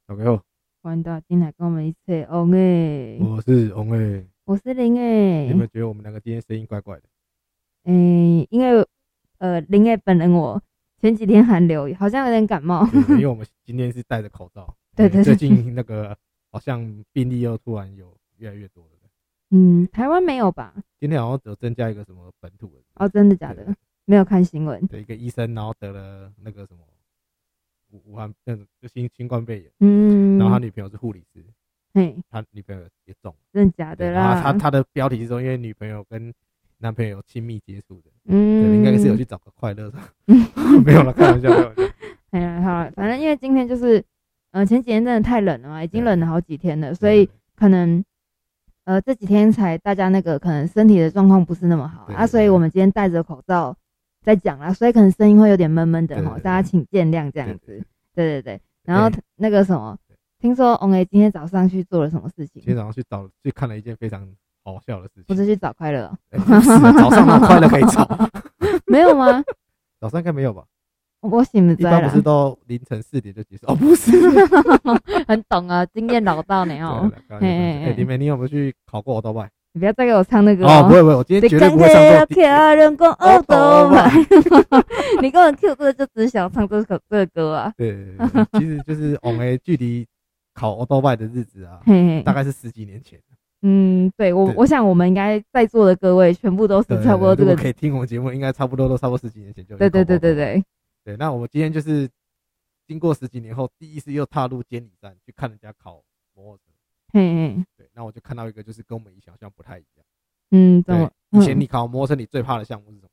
OK 好， 欢迎大家进来跟我们一起翁诶， 我是翁诶。 我是林诶。 你有没有觉得我们两个今天声音怪怪的？ 因为林诶本人我前几天寒流，好像有点感冒。 对因为我们今天是戴着口罩。 对对对最近那个好像病例又突然有越来越多了。 台湾没有吧？ 今天好像有增加一个什么本土的。 哦，真的假的？没有看新闻。 对，一个医生然后得了那个什么武汉那种就新冠肺炎。然后他女朋友是护理师。他女朋友也中。 真的假的啦？ 然后他的标题是说，因为女朋友跟男朋友有亲密接触的。对，应该是有去找个快乐的。没有了，开玩笑，开玩笑。 哎呀，好了，反正因为今天就是前几天真的太冷了嘛，已经冷了好几天了，所以可能这几天才大家那个可能身体的状况不是那么好啊，所以我们今天戴着口罩在讲啦，所以可能声音会有点闷闷的哈，大家请见谅这样子。对，然后那个什么，听说翁A今天早上去做了什么事情？ 今天早上去看了一件非常好笑的事情。 不是去找快乐？ 早上哪快乐可以找？ 没有吗？ 早上应该没有吧？ 我醒不在啦。 一般不是都凌晨4点就结束？哦，不是。 很懂啊，经验老道呢哦。 你有没有去考过欧多拜？ 你不要再给我唱那个哦。不会，我今天绝对不会唱这人工欧多拜。你跟我 Q 这个就只想唱这个歌啊。 对，其实就是我们距离考欧多拜的日子啊，大概是10几年前。 对，我想我们应该在座的各位全部都是差不多这个。 如果可以听我们节目，应该差不多10几年前就。 对， 那我们今天就是经过10几年后，第一次又踏入监理站去看人家考摩托车。对，那我就看到一个就是跟我们以前好像不太一样。 怎么？ 以前你考摩托车，你最怕的项目是什么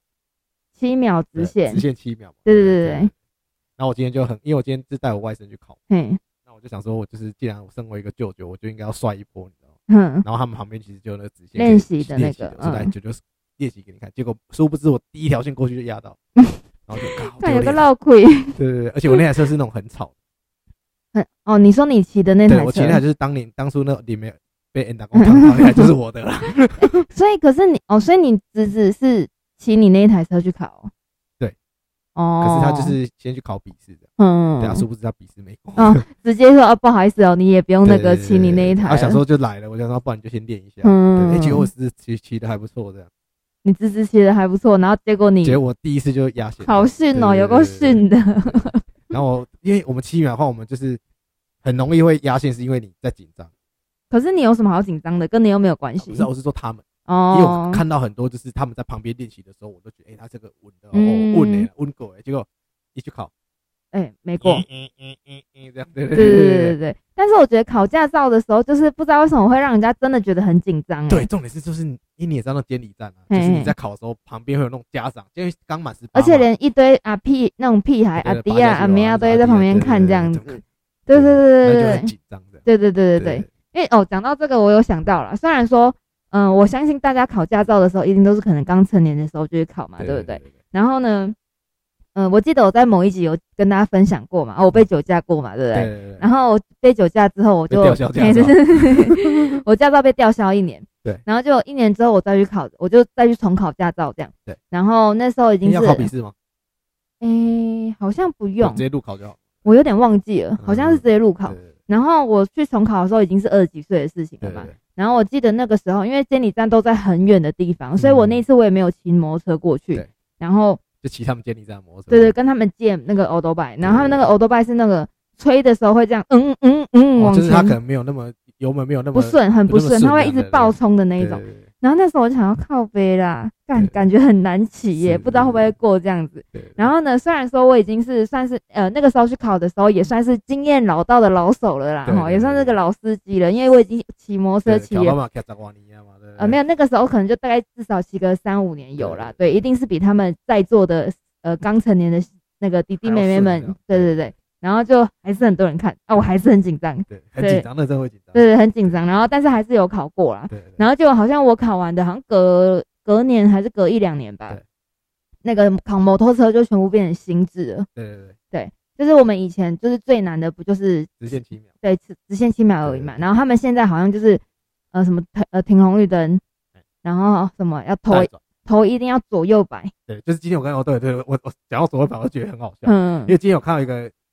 ？7秒直线。 直线7秒嘛。 对。 然后我今天就因为我今天是带我外甥去考。那我就想说，我就是既然我身为一个舅舅，我就应该要帅一波，你知道吗？然后他们旁边其实就有那个直线练习的那个， 就来舅舅练习给你看。结果殊不知我第一条线过去就压到。然后就看有个绕亏。 对，而且我那台车是那种很吵。 你说你骑的那台车？ 对，我骑那台就是当初那里面被 N 打工烫到那台就是我的啦。 所以可是所以你侄子是骑你那一台车去考？ 对。可是他就是先去考笔试的。对啊，殊不知他笔试没过。 直接说不好意思你也不用那个骑你那一台。 他想说就来了，我想说不然你就先练一下。结果我是骑的还不错这样。 你侄子骑的还不错，然后结果我第一次就压线。 好逊哦，有够逊的。 然后因为我们7秒的话，我们就是很容易会压线，是因为你在紧张。 可是你有什么好紧张的？跟你又没有关系。 不是，我是说他们。因为我看到很多就是他们在旁边练习的时候，我都觉得他这个稳的稳过结果一去考， 没过。 这样。对。 但是我觉得考驾照的时候，就是不知道为什么会让人家真的觉得很紧张。 对，重点是就是你也知道那监理站啊，就是你在考的时候，旁边会有那种家长，因为刚满18， 而且连一堆那种屁孩阿弟啊阿妹啊都会在旁边看这样子。对， 那就很紧张的。 对。因为讲到这个，我有想到了，虽然说我相信大家考驾照的时候，一定都是可能刚成年的时候就去考嘛，对不对？然后呢，我记得我在某一集有跟大家分享过嘛，我被酒驾过嘛，对不对？然后被酒驾之后，我就吊销驾照。 我驾照被吊销1年。 对。 然后就1年之后，我再去考，我就再去重考驾照这样。 对。 然后那时候已经是要考笔试吗？ 好像不用， 直接路考就好。 我有点忘记了，好像是直接路考。然后我去重考的时候，已经是20几岁的事情了嘛。然后我记得那个时候，因为监理站都在很远的地方，所以我那次我也没有骑摩托车过去。然后就骑他们监理站的摩托车。 对，跟他们借那个欧多拜，然后他们那个欧多拜是那个吹的时候会这样，往前。 就是他可能没有那么油门没有那么不顺，很不顺，他会一直爆冲的那一种。然后那时候我就想要靠背啦，感觉很难骑耶，不知道会不会过这样子。然后呢，虽然说我已经是算是那个时候去考的时候，也算是经验老道的老手了啦，也算是个老司机了，因为我已经骑摩托车骑了。没有，那个时候可能就大概至少骑个3-5年有啦。对，一定是比他们在座的刚成年的那个弟弟妹妹们，对。然后就还是很多人看我还是很紧张。 对，很紧张，那真会紧张。 对，很紧张。然后但是还是有考过啦。然后就好像我考完的，好像隔年还是隔1-2年吧。那个考摩托车就全部变成新制了。对，就是我们以前就是最难的不就是直线7秒？ 对，直线7秒而已嘛。然后他们现在好像就是什么停红绿灯，然后什么要头一定要左右摆。 对，就是今天我刚刚对我讲到左右摆，我觉得很好笑。因为今天有看到一个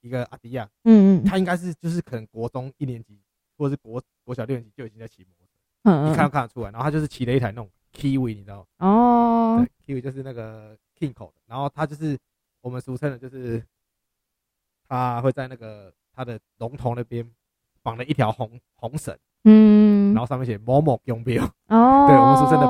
一个阿迪亚， 他应该是就是可能国中1年级或者是国小6年级就已经在骑摩托车，你看得出来。然后他就是骑了一台那种 Kiwi， 你知道吗？对 ，Kiwi 就是那个 Kinko 的，然后他就是我们俗称的，就是他会在那个他的龙头那边绑了一条红绳，然后上面写某某用标，对，我们俗称的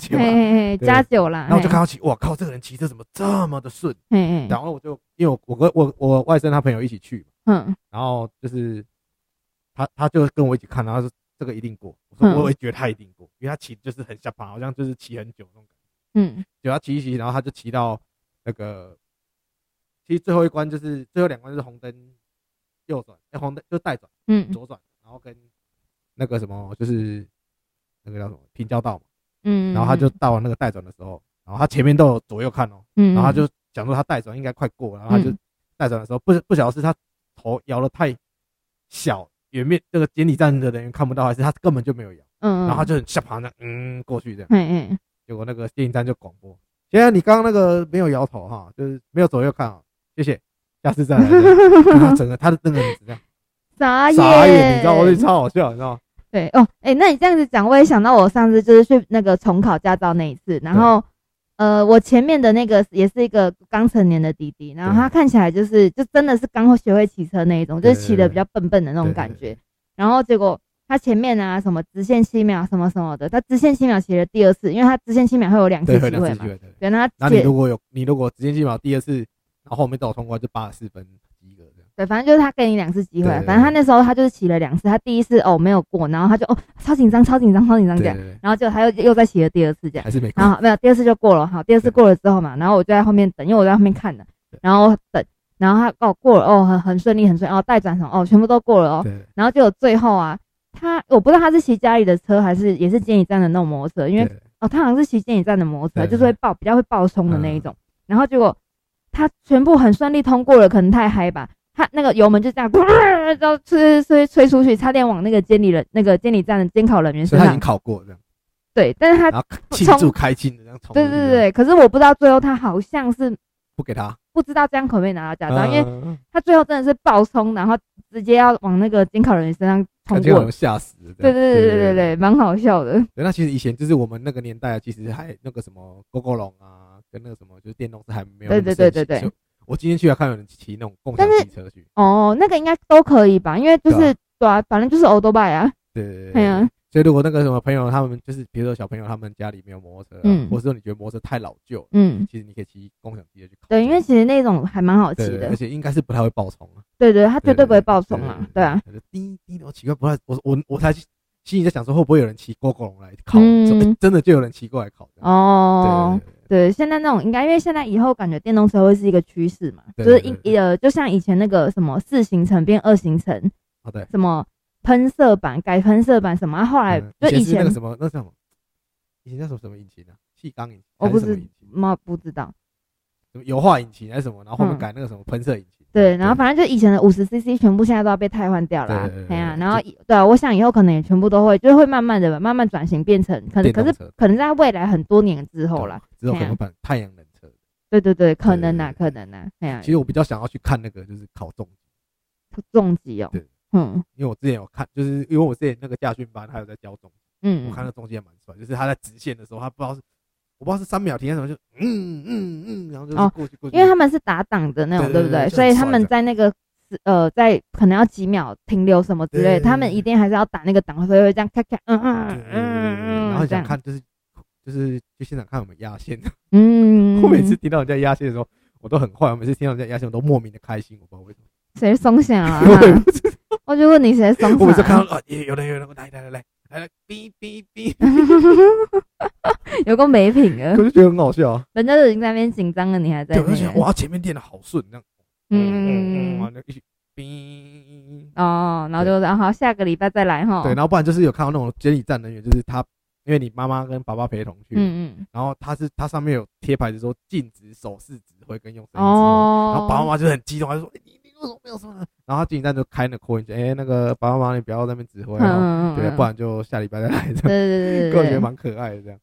8+9， 加9啦。 然后我就看到哇靠，这个人骑车怎么这么的顺？然后我就因为我跟我外甥他朋友一起去，然后就是他就跟我一起看，然后说这个一定过，我说我也觉得他一定过，因为他骑就是很下趴，好像就是骑很久那种感觉，就他骑一骑，然后他就骑到那个，其实最后一关就是最后2关就是红灯右转，红灯就带转，左转，然后跟那个什么就是那个叫什么平交道嘛，然后他就到了那个带转的时候，然后他前面都有左右看哦，然后他就想说他带转应该快过，然后他就带转的时候不晓得是他头摇得太小，远面这个监理站的人员看不到，还是他根本就没有摇，然后他就很下爬的过去这样，结果那个监理站就广播，现在你刚刚那个没有摇头哈，就是没有左右看啊，谢谢，下次再来。他整个他的那个名字这样。傻眼，你知道我觉得超好笑，你知道吗？ 对哦，那你这样子讲，我也想到我上次就是去那个重考驾照那一次，然后我前面的那个也是一个刚成年的弟弟，然后他看起来就真的是刚会学会骑车那一种，就是骑的比较笨笨的那种感觉，然后结果他前面啊什么直线7秒什么什么的，他直线7秒骑了第2次，因为他直线7秒会有2次机会嘛，对，那你如果直线7秒第2次，然后后面都有通过就84分。 对，反正就是他给你2次机会，反正他那时候他就是骑了2次，他第1次没有过，然后他就超紧张这样，然后就他又再骑了第2次这样， 还是没过， 然后没有第2次就过了，好，第2次过了之后嘛，然后我就在后面等，因为我在后面看的，然后等，然后他过了很顺利，带转什么全部都过了然后结果最后啊，我不知道他是骑家里的车还是也是监理站的那种摩托车，因为他好像是骑监理站的摩托车，就是比较会爆冲的那一种，然后结果他全部很顺利通过了，可能太嗨吧。他那个油门就这样，然后吹出去，差点往那个监理站的监考人员身上。 所以他已经考过这样。 对，但是他庆祝开心的这样冲。 对，可是我不知道最后他好像是不给他， 不知道这样可不可以拿到驾照，因为他最后真的是爆冲，然后直接要往那个监考人员身上冲过， 吓死了。 对，蛮好笑的。 对，那其实以前就是我们那个年代，其实还那个什么GoGo龙啊，跟那个什么就是电动车还没有那么盛行。对。我今天去看有人骑那种共享汽车去。 那个应该都可以吧？因为就是对啊，反正就是欧多拜啊。 对。 所以如果那个什么朋友他们就是比如说小朋友他们家里没有摩托车，或者说你觉得摩托车太老旧，其实你可以骑共享汽车去考。 对，因为其实那种还蛮好骑的， 而且应该是不太会爆冲啊。 对，他绝对不会爆冲啊。对啊。 滴，我奇怪，不太我才心里在想说会不会有人骑GoGo龙来考？真的就有人骑过来考。 对，现在那种应该，因为现在以后感觉电动车会是一个趋势嘛，就是就像以前那个什么4行程变2行程， 对， 什么喷射版改喷射版什么，后来就以前那个什么以前叫什么引擎啊？气缸引擎？ 我不知道， 什么油化引擎还是什么？然后后面改那个什么喷射引擎。 对，然后反正就以前的50cc 全部现在都要被汰换掉了，然后对啊，我想以后可能也全部都会，就是会慢慢转型变成，可是可能在未来很多年之后啦， 之后可能办太阳能车。 对，可能啊， 其实我比较想要去看那个就是考重机哦， 对，因为我之前有看，就是因为我之前那个驾训班他有在教重机，我看那重机也蛮帅，就是他在直线的时候，他我不知道是3秒停还是什么，就然后就是过去， 因为他们是打档的那种，对不对？所以他们在那个在可能要几秒停留什么之类，他们一定还是要打那个档，所以会这样咔咔， 然后想看就是去现场看我们压线，我每次听到人家压线的时候，我都很坏，我每次听到人家压线，我都莫名的开心，我不知道为什么。 谁松响啊？我就问你谁松响？ 我每次看到有人来，哔哔哔， 有个没品的， 我就觉得很好笑。 人家都已经在那边紧张了，你还在那边。 对，哇，前面练的好顺，这样。一起哔。 然后就然后下个礼拜再来哈。 对，然后不然就是有看到那种监理站人员，就是他，因为你妈妈跟爸爸陪同去，然后他上面有贴牌子说禁止手势指挥跟用声音指挥，然后爸爸妈妈就很激动，他就说你为什么没有说呢？然后监理站就开那扩音，那个爸爸妈妈你不要在那边指挥，对，不然就下礼拜再来。对，个人觉得蛮可爱的这样。 对，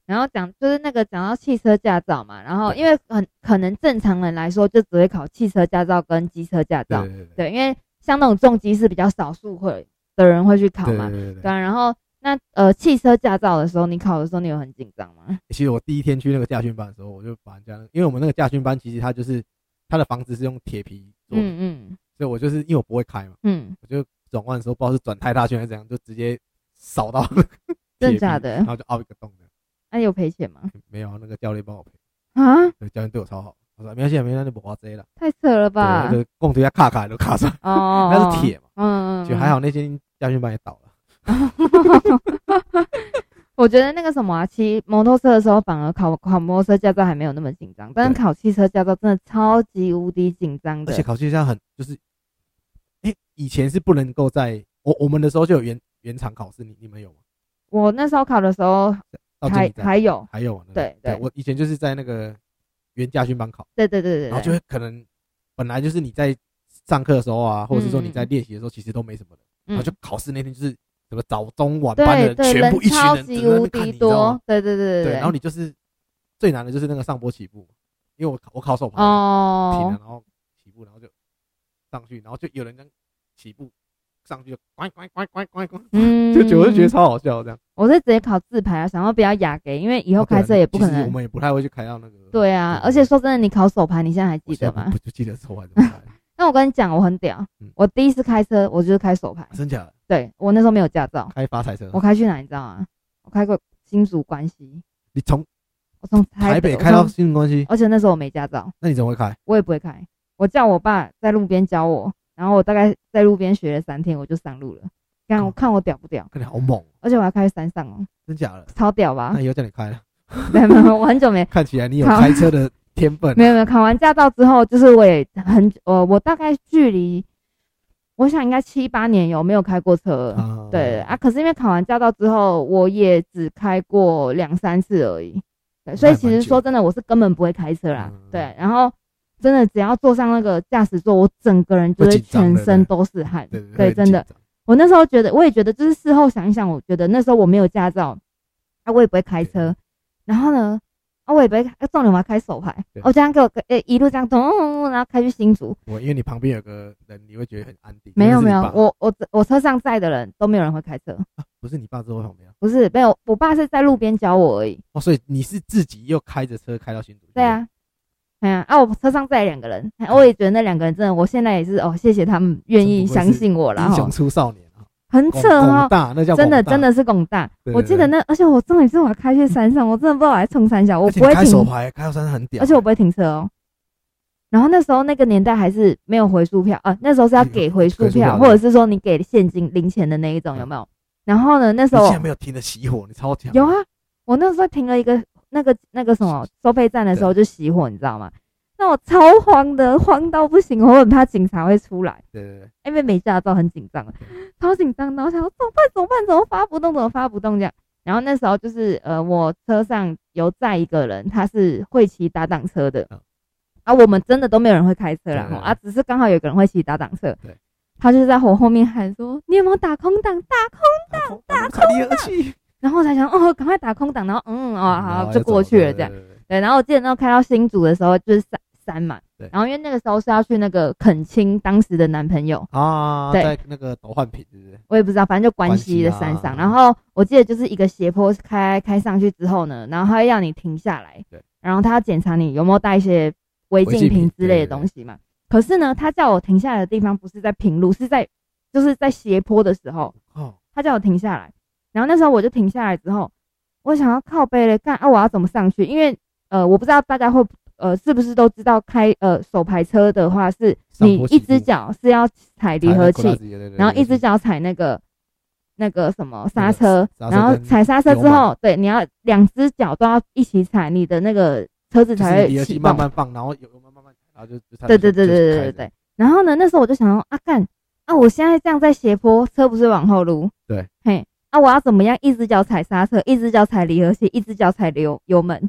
然后就是那个讲到汽车驾照嘛，然后因为可能正常人来说就只会考汽车驾照跟机车驾照，对，因为像那种重机是比较少数的人会去考嘛，对啊，然后那汽车驾照的时候，你考的时候你有很紧张吗？ 其实我第一天去那个驾训班的时候，我就把人家，因为我们那个驾训班其实它的房子是用铁皮做的，所以我就是因为我不会开嘛，我就转弯的时候不知道是转太大圈还是怎样，就直接扫到真的假的， 然后就凹一个洞的。 那有赔钱吗？ 没有，那个教练帮我赔啊， 教练对我超好，我说没关系，没关系，就不花这了。 太扯了吧？ 对，共推下卡都卡上，那是铁嘛，就还好那间驾训班也倒了。 我觉得那个什么骑摩托车的时候，反而考摩托车驾照还没有那么紧张，但是考汽车驾照真的超级无敌紧张的。 而且考汽车驾照就是，以前是不能够在我们的时候就有原厂考试，你们有吗？ 我那时候考的时候还有，对， 我以前就是在那个原驾训班考， 对， 然后就会可能本来就是你在上课的时候啊，或者是说你在练习的时候，其实都没什么人，然后就考试那天就是什么早中晚班的全部一群人， 超级无敌多，对， 然后你就是最难的就是那个上坡起步，因为我考手牌停了，然后起步，然后就上去，然后就有人跟起步。上去就乖，就觉得超好笑这样。 我是直接考自排啊，想要不要雅给，因为以后开车也不可能。 我们也不太会去开到那个。 对啊，而且说真的，你考手牌，你现在还记得吗？ 不就记得手牌怎么开。 那我跟你讲，我很屌，我第一次开车，我就是开手牌。 真假的？ 对，我那时候没有驾照。 开发财车。 我开去哪你知道吗？我开过新竹关西。我从台北开到新竹关西， 而且那时候我没驾照。 那你怎么会开？ 我也不会开，我叫我爸在路边教我。然后我大概在路边学了3天，我就上路了。我看我屌不屌？ 看你好猛， 而且我还开山上哦。 真假的？ 超屌吧？ 那以后叫你开了。 没有，我很久没。 看起来你有开车的天分。 没有，考完驾照之后，就是我大概距离，我想应该7、8年有没有开过车了。对啊，可是因为考完驾照之后，我也只开过2、3次而已。对，所以其实说真的，我是根本不会开车啦。对，然后。真的，只要坐上那个驾驶座，我整个人就会全身都是汗。对，真的。我那时候我也觉得，就是事后想一想，我觉得那时候我没有驾照，我也不会开车。然后呢，我也不会，重点我要开手牌。我这样给我一路这样咚，然后开去新竹。 因为你旁边有个人，你会觉得很安定。 没有，我车上载的人都没有人会开车。 不是你爸坐在旁边？ 不是，没有，我爸是在路边教我而已。 所以你是自己又开着车开到新竹？ 对啊。我车上载2个人，我也觉得那2个人真的，我现在也是谢谢他们愿意相信我啦。 英雄出少年啊， 很扯哦， 那叫真的是拱大。我记得而且我重点是我还开去山上，我真的不知道我还冲山小，我不会停。 开手牌开到山上很屌， 而且我不会停车哦。然后那时候那个年代还是没有回数票那时候是要给回数票，或者是说你给现金零钱的那一种，有没有？然后呢，那时候你竟然没有停的熄火，你超强。 有啊，我那时候停了一个那个什么收费站的时候就熄火，你知道吗？那我超慌的，慌到不行，我很怕警察会出来。 对， 因为没驾照很紧张，超紧张。然后想说怎么办？怎么发不动这样。然后那时候就是我车上有载一个人，他是会骑打挡车的。我们真的都没有人会开车啦，只是刚好有个人会骑打挡车。 对， 他就在我后面喊说：“你有没有打空档？打空档！”然后我才想赶快打空档，然后好就过去了这样。对，然后我记得那时候开到新竹的时候就是山嘛，对，然后因为那个时候是要去那个恳亲当时的男朋友对，在那个斗焕坪，对不对？ 我也不知道，反正就关西的山上。然后我记得就是一个斜坡开上去之后呢，然后他会让你停下来，对，然后他要检查你有没有带一些违禁品之类的东西嘛。可是呢，他叫我停下来的地方不是在平路，就是在斜坡的时候，他叫我停下来。然后那时候我就停下来之后，我想要靠背了，我要怎么上去？因为我不知道大家会是不是都知道开手排车的话，是你一只脚是要踩离合器，然后一只脚踩那个什么刹车，然后踩刹车之后，对，你要2只脚都要一起踩，你的那个车子才会启动， 慢慢放，然后有慢慢，然后就对。然后呢，那时候我就想说我现在这样在斜坡，车不是往后撸， 对， 嘿，我要怎么样？一只脚踩刹车，一只脚踩离合器，一只脚踩油门。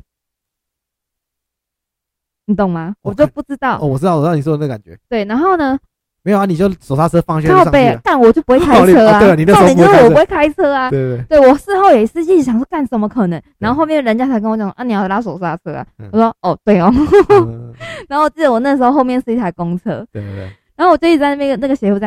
你懂吗？我就不知道。 我知道你说的那感觉。 对，然后呢， 没有啊，你就手刹车放下去上去。 但我就不会开车啊。 对，你那时候重点就是我不会开车啊。 对， 我事后也是一直想说干怎么可能，然后后面人家才跟我讲啊，你要拉手刹车啊。我说哦对哦。然后我记得我那时候后面是一台公车。 对。 然后我就一直在那个斜坡这样，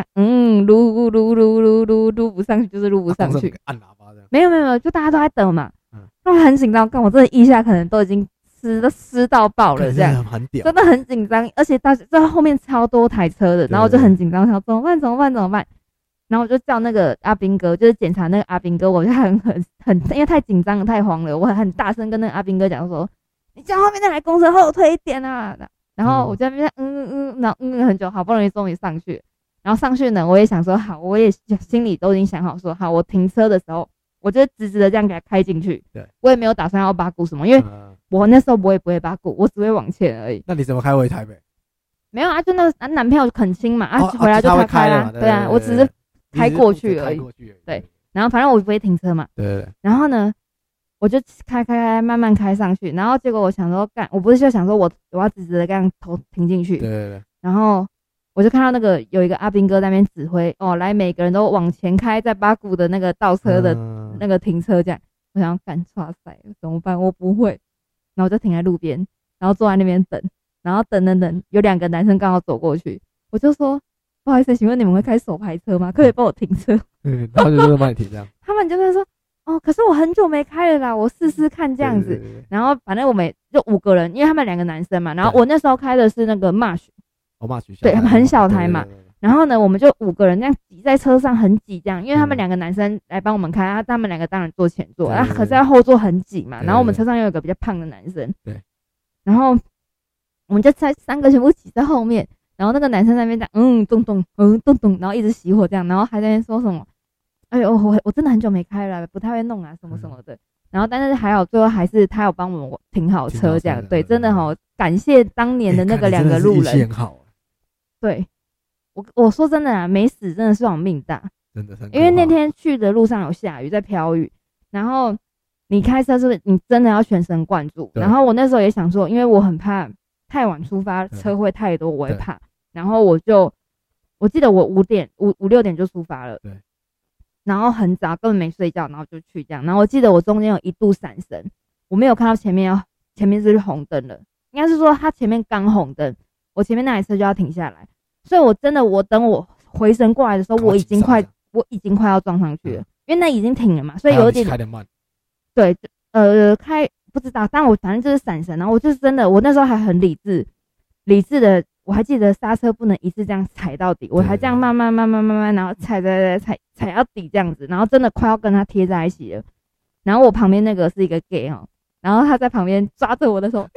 撸不上去，就是撸不上去。 按喇叭这样。 没有，就大家都在等嘛。那我很紧张，我真的腋下可能都已经湿到爆了，这样很屌， 真的很紧张。而且在后面超多台车的，然后我就很紧张，想怎么办？然后我就叫那个阿兵哥，就是检查那个阿兵哥，我就很，因为太紧张了，太慌了，我很大声跟那个阿兵哥讲说：“你叫后面那台公车后退一点啊！”然后我在那边然后很久，好不容易终于上去。然后上去呢，我也想说好，我也心里都已经想好说好，我停车的时候，我就直直的这样给他开进去。 对， 我也没有打算要八股什么，因为我那时候我也不会八股，我只会往前而已。 那你怎么开回台北？ 没有啊，就那个男朋友恳亲嘛，回来就他开啦。对啊，我只是开过去而已。对，然后反正我不会停车嘛。 对。 然后呢，我就开，慢慢开上去。然后结果我想说我不是就想说我要直直的这样头停进去。 对。然后我就看到有一个阿兵哥在那边指挥，来每个人都往前开，在八股的那个倒车的那个停车这样。我想要干唰塞怎么办？我不会。然后我就停在路边，然后坐在那边等。然后等，有2个男生刚好走过去，我就说不好意思，请问你们会开手排车吗？可以帮我停车？ 然后就帮你停这样。 他们就在说可是我很久没开了啦，我试试看这样子。对。然后反正我们就5个人，因为他们2个男生嘛，然后我那时候开的是那个 March， 对，很小台嘛。然后呢，我们就5个人这样挤在车上，很挤这样，因为他们2个男生来帮我们开，他们2个当然坐前座，可是在后座很挤嘛。然后我们车上又有一个比较胖的男生， 对。 然后我们就在3个全部挤在后面，然后那个男生在那边讲咚，然后一直熄火这样，然后还在那边说什么，哎呦我真的很久没开了，不太会弄啊什么什么的。然后但是还好最后还是他有帮我们停好车这样，对，真的好感谢当年的那个2个路人。对，我说真的啊，没死真的是我命大， 真的。 因为那天去的路上有下雨，在飘雨，然后你开车是不是你真的要全神贯注？然后我那时候也想说，因为我很怕太晚出发车会太多，我会怕。然后我记得我5点5、6点就出发了，对。然后很早根本没睡觉，然后就去这样。然后我记得我中间有一度闪神，我没有看到前面是红灯了，应该是说它前面刚红灯，我前面那台车就要停下来。所以我真的等我回神过来的时候，我已经快要撞上去了，因为那已经停了嘛，所以有点开得慢。 对，开不知道，但我反正就是闪神，然后我就是真的，我那时候还很理智的，我还记得刹车不能一次这样踩到底，我还这样慢慢，然后踩到底这样子，然后真的快要跟他贴在一起了。然后我旁边那个是一个 gay 然后他在旁边抓着我的手，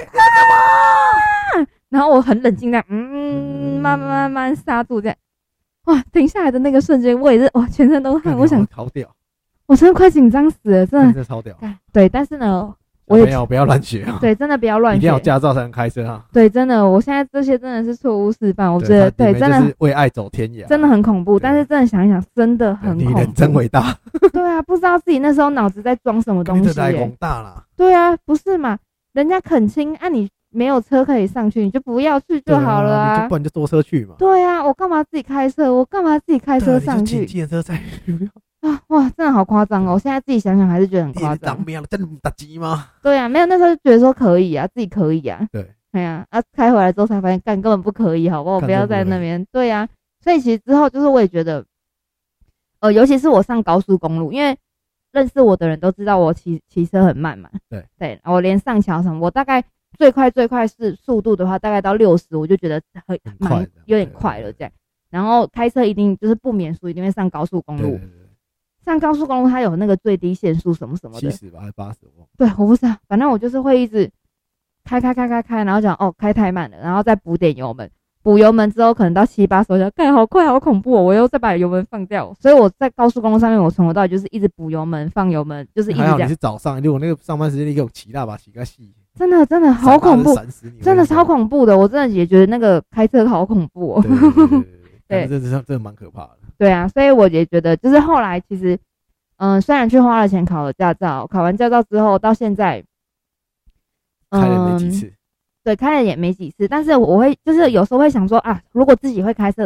然后我很冷静的，慢慢刹住这样，哇，停下来的那个瞬间，我也是哇，全身都汗，我想超屌， 我真的快紧张死了，真的超屌。 对，但是呢， 我也不要乱学啊， 对，真的不要乱学， 一定要有驾照才能开车啊。 对，真的，我现在这些真的是错误示范，我觉得对，真的为爱走天涯， 真的很恐怖。但是真的想一想，真的很恐怖。 你人真伟大。 对啊，不知道自己那时候脑子在装什么东西。你太宏大了。 对啊，不是嘛？人家恳亲你没有车可以上去，你就不要去就好了啊！ 不然就坐车去嘛。 对啊，我干嘛自己开车？我干嘛自己开车上去？ 骑车在哇，真的好夸张哦！我现在自己想想还是觉得很夸张。 真的打击吗？ 对啊，没有那时候就觉得说可以啊，自己可以啊。 对， 哎呀，开回来之后才发现，根本不可以，好不好？不要在那边。对啊，所以其实之后就是我也觉得，尤其是我上高速公路，因为认识我的人都知道我骑车很慢嘛。对，我连上桥什么，我大概最快是速度的话，大概到60，我就觉得有点快了这样。然后开车一定就是不免俗，一定会上高速公路。上高速公路它有那个最低限速什么什么的 ，70吧还是80？ 对，我不知道，反正我就是会一直开，然后讲开太慢了，然后再补点油门，补油门之后可能到7、8，手干好快好恐怖我又再把油门放掉。所以我在高速公路上面，我从头到尾就是一直补油门放油门，就是一直这样。还好你是早上，如果那个上班时间你给我骑大把骑个细， 真的好恐怖，真的超恐怖的，我真的也觉得那个开车好恐怖哦。 对，这真的蛮可怕的。 对啊，所以我也觉得，就是后来其实，虽然去花了钱考了驾照，考完驾照之后到现在， 开了没几次， 对，开了也没几次。但是我会就是有时候会想说啊，如果自己会开车的话，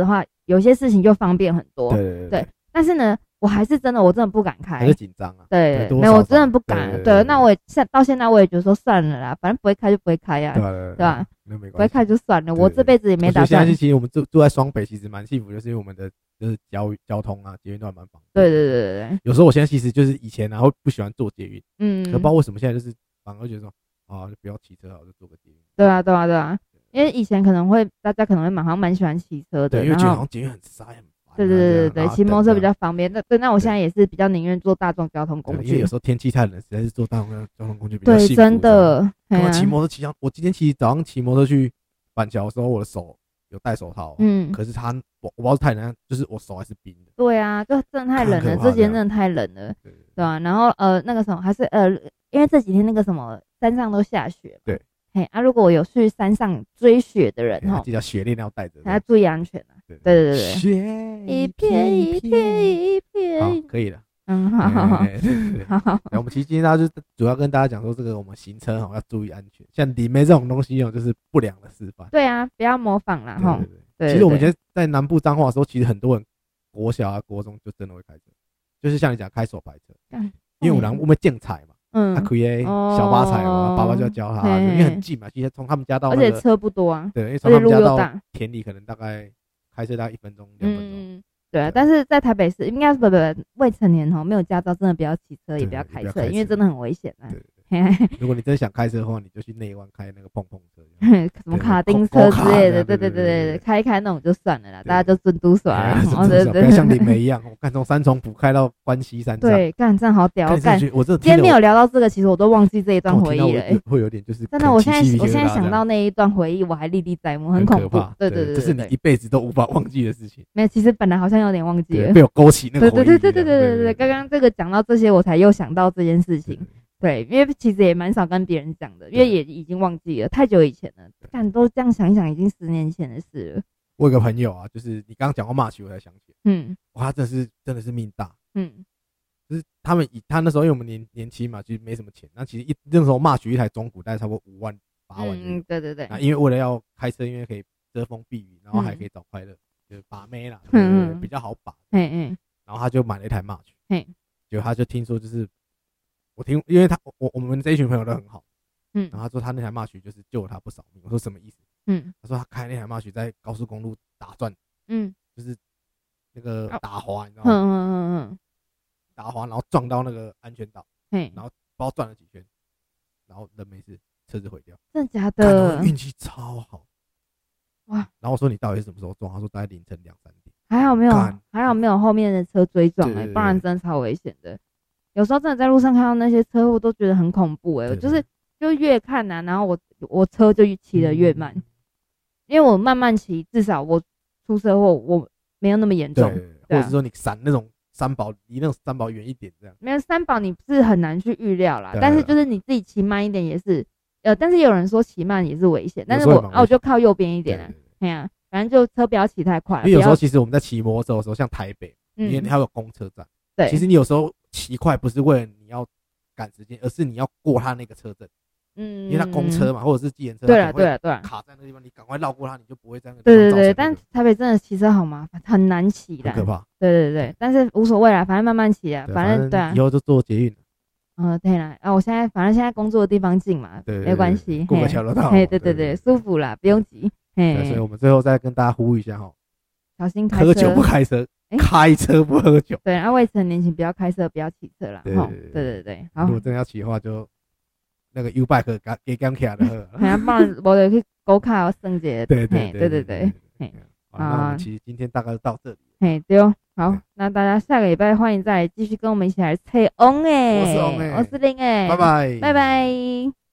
有些事情就方便很多。 对。 但是呢，我还是真的不敢开， 还是紧张啊。 对，没有，我真的不敢。对，那我到现在我也觉得说算了啦，反正不会开就不会开呀，对吧？不会开就算了，我这辈子也没打算。 现在其实我们住在双北，其实蛮幸福，就是因为我们的就是交通啊，捷运都还蛮方便。 对。 有时候我现在其实就是以前会不喜欢坐捷运，可不知道为什么现在就是反而觉得说啊，就不要骑车好，就坐个捷运。 对啊，因为以前大家可能会好像蛮喜欢骑车的， 对，因为觉得好像捷运很塞很。 对，骑摩托车比较方便。那我现在也是比较宁愿坐大众交通工具， 因为有时候天气太冷，实在是坐大众交通工具比较幸福。 对，真的。 骑摩托我今天早上骑摩托去板桥的时候，我的手有戴手套，可是我不知道是太冷，就是我手还是冰的。 对啊，就真的太冷了，这几天真的太冷了，对吧？然后那个什么还是因为这几天那个什么山上都下雪， 对。 如果我有去山上追雪的人记得雪链要带着， 要注意安全啊。对。 雪一片一片。 好，可以了。 好。 我们其实今天就主要跟大家讲说，这个我们行车要注意安全，像李梅这种东西就是不良的示范。 对啊，不要模仿啦哈。 对。其实我们以前在南部彰化的时候，其实很多人国小啊、国中就真的会开车，就是像你讲开手排车，因为我们建材嘛。他可以小巴踩嘛，爸爸就要教他，因为很近嘛，其实从他们家到而且车不多啊， 对，因为从他们家到田里可能大概开车大概1分钟2分钟。 对啊，但是在台北市应该是不未成年没有驾照真的不要骑车，也不要开车，因为真的很危险啊。如果你真的想开车的话，你就去内湾开那个碰碰车， 什么卡丁车之类的，对，开一开那种就算了啦，大家就尊嘟耍， 不要像林梅一样，我干从三重埔开到关西山上， 对，干这样好屌，干。 我今天没有聊到这个，其实我都忘记这一段回忆了， 会有点就是真的，我现在想到那一段回忆，我还历历在目，很恐怖，对， 这是你一辈子都无法忘记的事情。 没有，其实本来好像有点忘记了， 被我勾起那个回忆。 对，刚刚这个讲到这些，我才又想到这件事情。对，因为其实也蛮少跟别人讲的，因为也已经忘记了，太久以前了。但都这样想一想，已经10年前的事了。 我有个朋友啊，就是你刚刚讲到骂曲，我才想起，他真的是命大，就是他那时候因为我们年轻嘛，其实没什么钱，那其实那时候骂曲一台中古大概差不多5万8万， 对。 那因为为了要开车，因为可以遮风避雨，然后还可以找快乐，就是把妹啦，比较好把，然后他就买了一台骂曲，结果他就听说就是。因为我们这一群朋友都很好，然后他说他那台骂曲就是救了他不少命。我说什么意思？他说他开那台骂曲在高速公路打转，就是那个打滑，你知道吗？打滑，然后撞到那个安全岛，然后不知道转了几圈，然后人没事，车子毁掉。 真的假的？ 运气超好，哇！然后我说你到底是什么时候撞？他说大概凌晨2、3点。还好没有后面的车追撞，不然真的超危险的。有时候真的在路上看到那些车祸，都觉得很恐怖就越看啊，然后我车就骑得越慢，因为我慢慢骑，至少我出车祸我没有那么严重， 或者是说你闪那种三宝，离那种三宝远一点这样。 没有三宝你是很难去预料啦，但是就是你自己骑慢一点也是，但是也有人说骑慢也是危险，但是我就靠右边一点啊，反正就车不要骑太快。 因为有时候其实我们在骑摩托车的时候，像台北，因为它有公车站，对，其实你有时候骑快不是为了你要赶时间，而是你要过他那个车阵，因为他公车嘛，或者是计程车， 对啊， 卡在那个地方，你赶快绕过他，你就不会在那个地方。对，但台北真的骑车好麻烦，很难骑的， 很可怕。 对，但是无所谓啦，反正慢慢骑啊，反正对啊， 以后就坐捷运。 对啦，我反正现在工作的地方近嘛，没关系， 过个桥就到。 对，舒服啦，不用急。 所以我们最后再跟大家呼吁一下小心开车， 喝酒不开车。开车不喝酒， 对，未成年请不要开车，不要骑车啦。对，好。 如果真的要骑的话，就那个 U-bike 给刚起来的喝。 不然我就去go卡要升级。 对。 那我们其实今天大概就到这里。 对哦，好，那大家下个礼拜欢迎再继续跟我们一起来猜翁我是翁我是林拜拜。